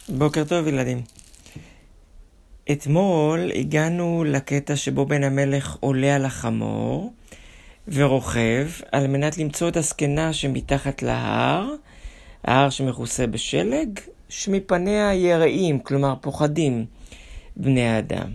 בוקר טוב ילדים. אתמול הגענו לקטע שבו בן המלך עולה על החמור ורוכב על מנת למצוא את הזקנה שמתחת להר, ההר שמכוסה בשלג, שמפניה יראים, כלומר פוחדים בני האדם.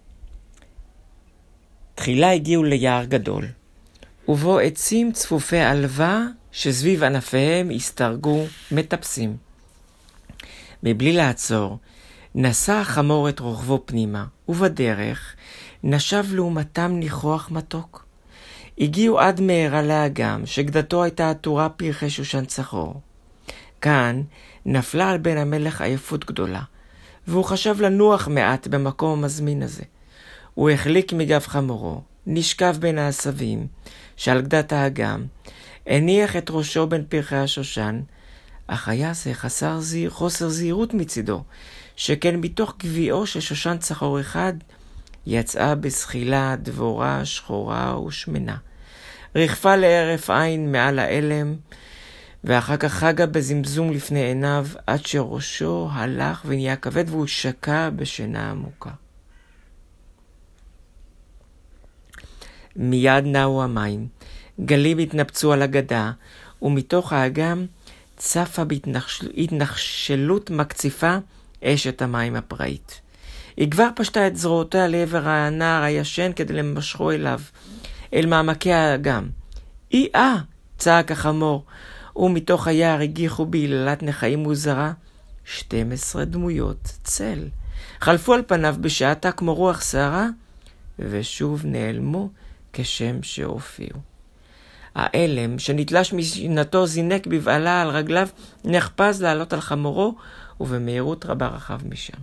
תחילה הגיעו ליער גדול, ובו עצים צפופי עלווה שסביב ענפיהם הסתרגו מטפסים. מבלי לעצור, נסע החמור את רוכבו פנימה, ובדרך נשב לעומתם ניחוח מתוק. הגיעו עד מהרה לאגם, שגדתו הייתה עטורה פרחי שושן צחור. כאן נפלה על בן המלך עייפות גדולה, והוא חשב לנוח מעט במקום המזמין הזה. הוא החליק מגב חמורו, נשכב בין העשבים שעל גדת האגם, הניח את ראשו בין פרחי השושן, אך היה זה חוסר זהירות מצידו, שכן מתוך גביעו של שושן צחור אחד יצאה בסחילה דבורה שחורה ושמנה. רכפה להרף עין מעל האלם, ואחר כך חגה בזמזום לפני עיניו, עד שראשו הלך ונהיה כבד והוא שקע בשינה עמוקה. מיד נעו המים, גלים התנפצו על הגדה, ומתוך האגם צפה בהתנחשלות מקציפה אשת המים הפראית. היא כבר פשטה את זרועותיה לעבר הנער הישן כדי למשכו אליו, אל מעמקי האגם. צעק החמור, ומתוך היער הגיחו בהיללת נחיים מוזרה 12 דמויות צל. חלפו על פניו בשעתה כמו רוח שערה, ושוב נעלמו כשם שהופיעו. האלם שנתלש משנתו זינק בבעלה על רגליו, נחפז לעלות על חמורו, ובמהירות רבה רכב משם.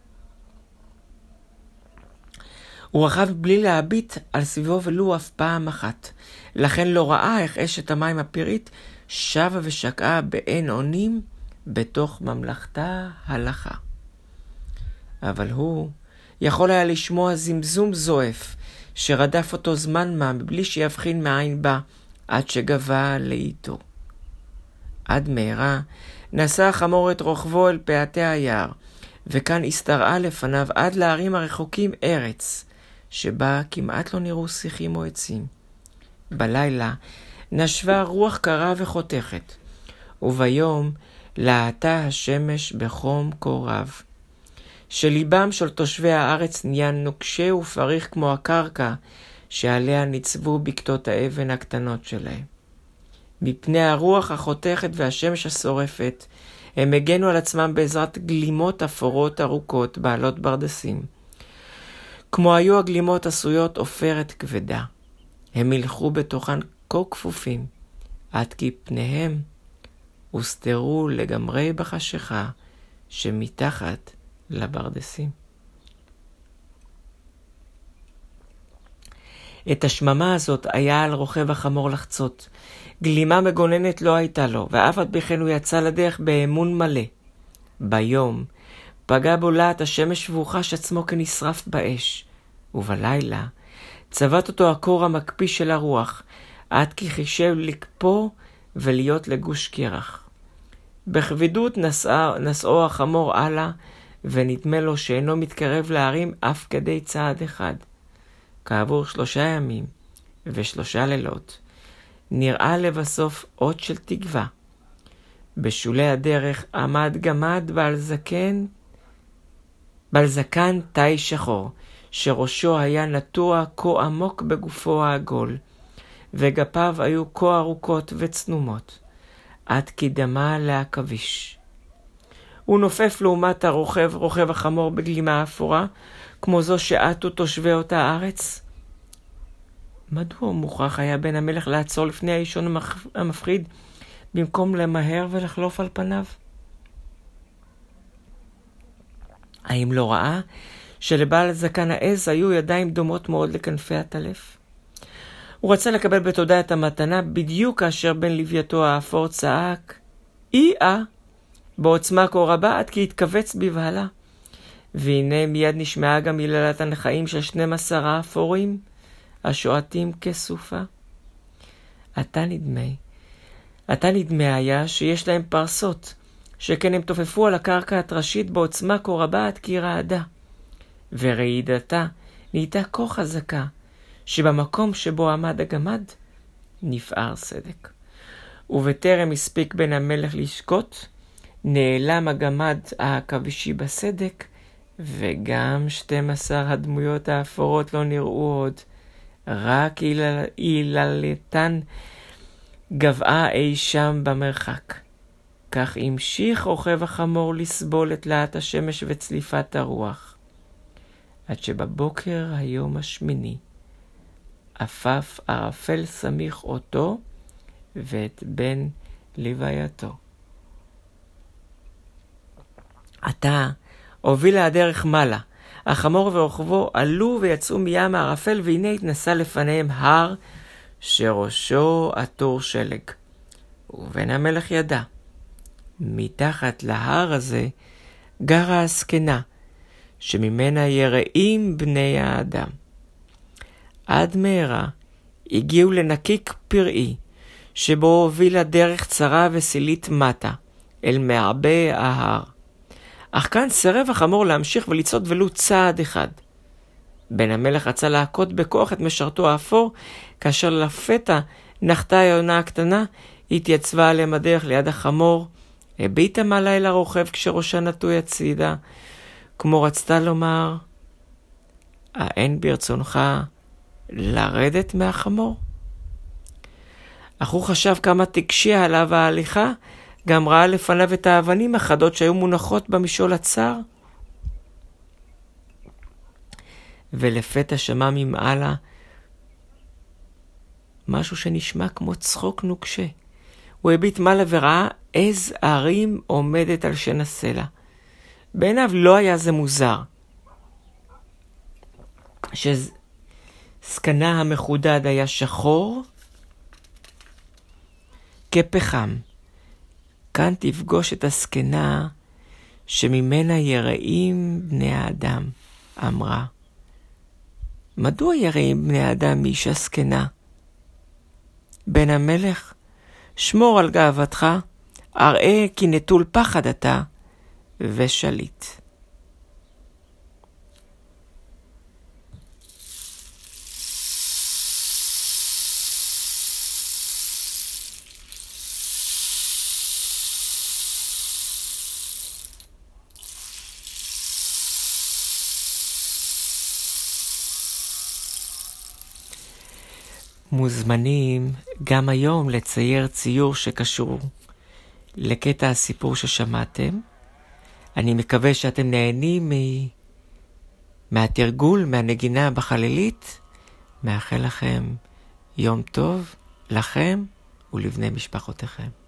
הוא רכב בלי להביט על סביבו ולו אף פעם אחת, לכן לא ראה איך אשת המים הפראית שבה ושקעה באין אונים בתוך ממלכתה הלכה. אבל הוא יכול היה לשמוע זמזום זועף שרדף אותו זמן מה מבלי שיבחין מאין בא, עד שגבה לאיתו. עד מהרה נסע החמור את רוכבו אל פאתי היער, וכאן הסתרעה לפניו עד להרים הרחוקים ארץ, שבה כמעט לא נראו שיחים או עצים. בלילה נשבה רוח קרה וחותכת, וביום להטה השמש בחום כה רב, שליבם של תושבי הארץ נהיה נוקשה ופריך כמו הקרקע שעליה ניצבו בקתות האבן הקטנות שלהם. מפני הרוח החותכת והשמש השורפת, הם הגנו על עצמם בעזרת גלימות אפורות ארוכות בעלות ברדסים. כמו היו הגלימות עשויות עופרת כבדה. הם הלכו בתוכן כה כפופים, עד כי פניהם הוסתרו לגמרי בחשיכה שמתחת לברדסים. את השממה הזאת היה על רוכב החמור לחצות. גלימה מגוננת לא הייתה לו, ואף עד בכן הוא יצא לדרך באמון מלא. ביום פגע בו להט השמש והוא חש עצמו כנשרף באש, ובלילה צבט אותו הקור המקפיא של הרוח, עד כי חישב לקפוא ולהיות לגוש קרח. בכבדות נשאו החמור עלה, ונדמה לו שאינו מתקרב להרים אף כדי צעד אחד. כעבור 3 ימים ו3 לילות, נראה לבסוף אות של תקווה. בשולי הדרך עמד גמד בעל זקן תאי שחור, שראשו היה נטוע כה עמוק בגופו העגול, וגפיו היו כה ארוכות וצנומות, עד כי דמה להכביש. הוא נופף לעומת רוכב החמור בגלימה אפורה, כמו זו שעטו תושבי אותה הארץ. מדוע מוכרח היה בן המלך לעצור לפני האישון המפחיד, במקום למהר ולחלוף על פניו? האם לא ראה שלבעל זקן העז היו ידיים דומות מאוד לכנפי הטלף? הוא רצה לקבל בתודה את המתנה בדיוק כאשר בן לווייתו האפור צעק בעוצמה כה רבה עד כי התכווץ בבהלה. והנה מיד נשמעה גם היללת הנחיים של 12 האפורים השועטים כסופה. עתה נדמה היה שיש להם פרסות, שכן הם תופפו על הקרקע הטרשית בעוצמה כה רבה עד כי רעדה, ורעידתה נהייתה כה חזקה, שבמקום שבו עמד הגמד נפער סדק. ובטרם הספיק בן המלך לשקוט, נעלם הגמד העכבישי בסדק, וגם 12 הדמויות האפורות לא נראו עוד, רק עיללתן גבעה אי שם במרחק. כך המשיך רוכב החמור לסבול את להט השמש וצליפת הרוח, עד שבבוקר היום השמיני אפף ערפל סמיך אותו ואת בן לווייתו. עתה הובילה הדרך מעלה, החמור ורוכבו עלו ויצאו מים הערפל, והנה התנסה לפניהם הר שראשו עטור שלג. ובן המלך ידע, מתחת להר הזה גרה הזקנה, שממנה יראים בני האדם. עד מהרה הגיעו לנקיק פראי, שבו הובילה דרך צרה וסילית מטה, אל מעבה ההר. אך כאן סירב החמור להמשיך ולצעוד ולו צעד אחד. בן המלך רצה להכות בכוח את משרתו האפור, כאשר לפתע נחתה היונה הקטנה, התייצבה עליהם הדרך ליד החמור, הביטה מעלה אל הרוכב כשראשה נטוי הצידה, כמו רצתה לומר, האין ברצונך לרדת מהחמור? אך הוא חשב כמה תקשיה עליו ההליכה, גם ראה לפניו את האבנים החדות שהיו מונחות במשעול הצר, ולפתע שמע ממעלה משהו שנשמע כמו צחוק נוקשה. הוא הביט מעלה וראה עז הרים עומדת על שן הסלע. בעיניו לא היה זה מוזר, שזקנה המחודד היה שחור כפחם. כאן תפגוש את הזקנה שממנה יראים בני האדם, אמרה. מדוע יראים בני האדם מאישה זקנה? בן המלך, שמור על גאוותך, אראה כי נטול פחד אתה ושליט. מוזמנים גם היום לצייר ציור שקשור לקטע הסיפור ששמעתם. אני מקווה שאתם נהנים מהתרגול, מהנגינה בחלילית. מאחל לכם יום טוב לכם ולבני משפחותיכם.